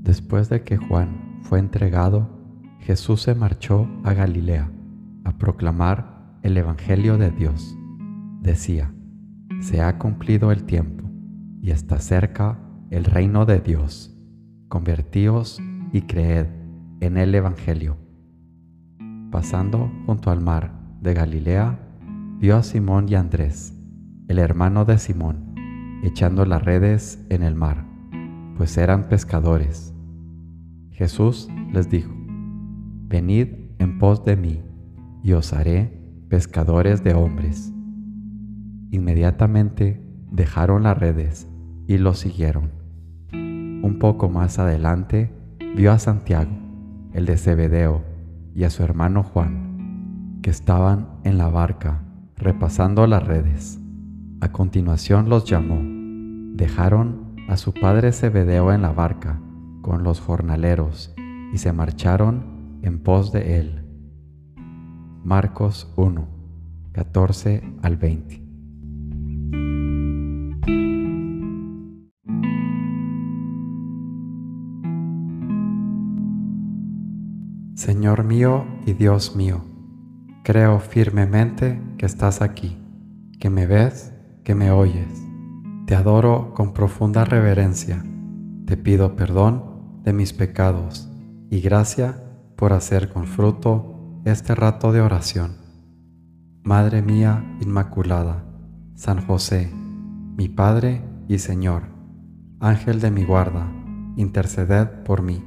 Después de que Juan fue entregado, Jesús se marchó a Galilea a proclamar el Evangelio de Dios. Decía: se ha cumplido el tiempo y está cerca el reino de Dios. Convertíos y creed en el Evangelio. Pasando junto al mar de Galilea, vio a Simón y a Andrés, el hermano de Simón, echando las redes en el mar, pues eran pescadores. Jesús les dijo: venid en pos de mí, y os haré pescadores de hombres. Inmediatamente dejaron las redes y lo siguieron. Un poco más adelante vio a Santiago, el de Zebedeo, y a su hermano Juan, que estaban en la barca repasando las redes. A continuación los llamó. Dejaron a su padre Zebedeo en la barca con los jornaleros y se marcharon en pos de él. Marcos 1, 14 al 20. Señor mío y Dios mío, creo firmemente que estás aquí, que me ves, que me oyes. Te adoro con profunda reverencia. Te pido perdón de mis pecados y gracia por hacer con fruto este rato de oración. Madre mía Inmaculada, San José, mi Padre y Señor, Ángel de mi guarda, interceded por mí.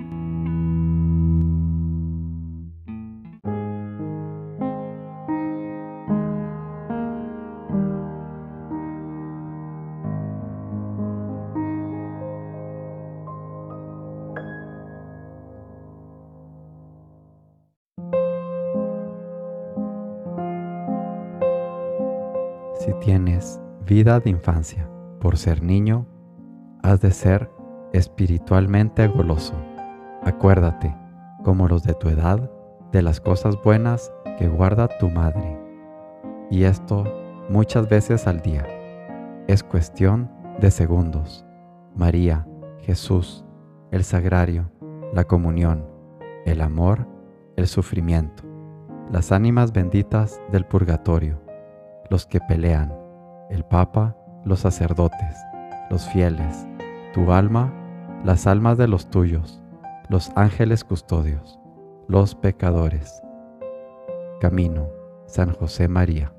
Si tienes vida de infancia por ser niño, has de ser espiritualmente goloso. Acuérdate, como los de tu edad, de las cosas buenas que guarda tu madre. Y esto muchas veces al día. Es cuestión de segundos. María, Jesús, el sagrario, la comunión, el amor, el sufrimiento, las ánimas benditas del purgatorio, los que pelean, el Papa, los sacerdotes, los fieles, tu alma, las almas de los tuyos, los ángeles custodios, los pecadores. Camino, San José María.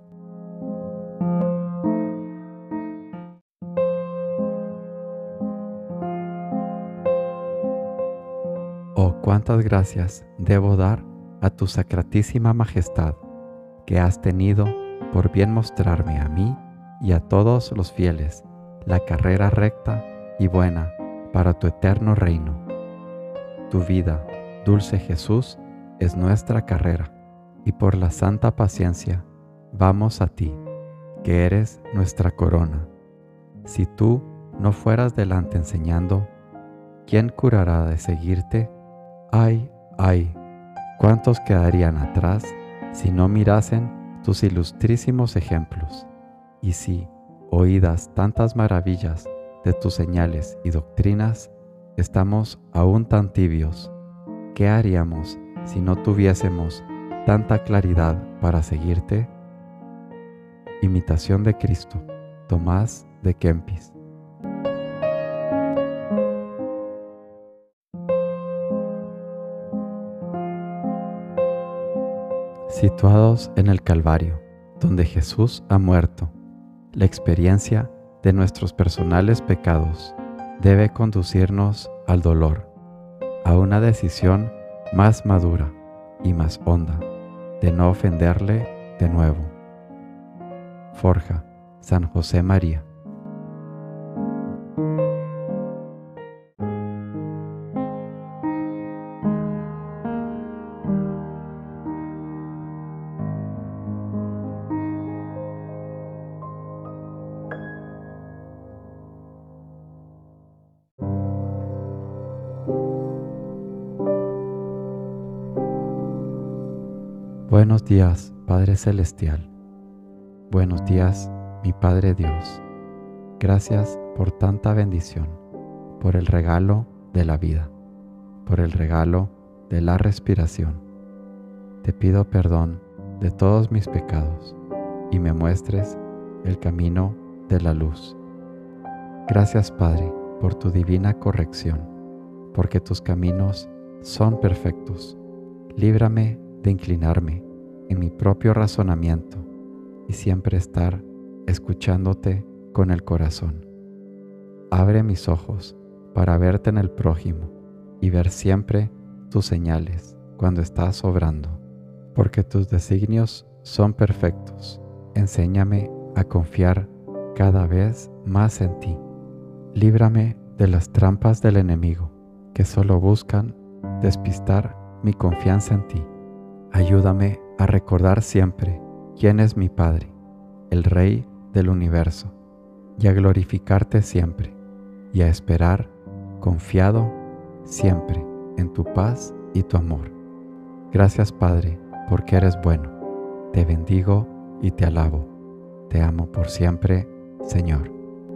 Oh, cuántas gracias debo dar a tu Sacratísima Majestad, que has tenido por bien mostrarme a mí y a todos los fieles la carrera recta y buena para tu eterno reino. Tu vida, dulce Jesús, es nuestra carrera, y por la santa paciencia vamos a ti, que eres nuestra corona. Si tú no fueras delante enseñando, ¿quién curará de seguirte? Ay, ay, ¿cuántos quedarían atrás si no mirasen tus ilustrísimos ejemplos? Y si, oídas tantas maravillas de tus señales y doctrinas, estamos aún tan tibios, ¿qué haríamos si no tuviésemos tanta claridad para seguirte? Imitación de Cristo, Tomás de Kempis. Situados en el Calvario, donde Jesús ha muerto, la experiencia de nuestros personales pecados debe conducirnos al dolor, a una decisión más madura y más honda de no ofenderle de nuevo. Forja, San José María. Buenos días, Padre Celestial. Buenos días, mi Padre Dios. Gracias por tanta bendición, por el regalo de la vida, por el regalo de la respiración. Te pido perdón de todos mis pecados y me muestres el camino de la luz. Gracias, Padre, por tu divina corrección, porque tus caminos son perfectos. Líbrame de inclinarme en mi propio razonamiento y siempre estar escuchándote con el corazón. Abre mis ojos para verte en el prójimo y ver siempre tus señales cuando estás obrando, porque tus designios son perfectos. Enséñame a confiar cada vez más en ti. Líbrame de las trampas del enemigo, que solo buscan despistar mi confianza en ti. Ayúdame a recordar siempre quién es mi Padre, el Rey del universo, y a glorificarte siempre, y a esperar confiado siempre en tu paz y tu amor. Gracias, Padre, porque eres bueno. Te bendigo y te alabo. Te amo por siempre, Señor.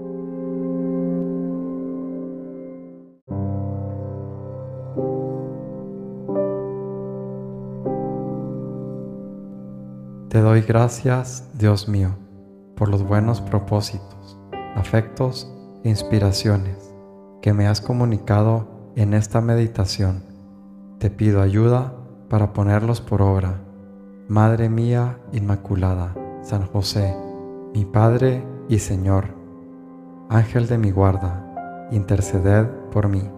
Te doy gracias, Dios mío, por los buenos propósitos, afectos e inspiraciones que me has comunicado en esta meditación. Te pido ayuda para ponerlos por obra. Madre mía Inmaculada, San José, mi Padre y Señor, Ángel de mi guarda, interceded por mí.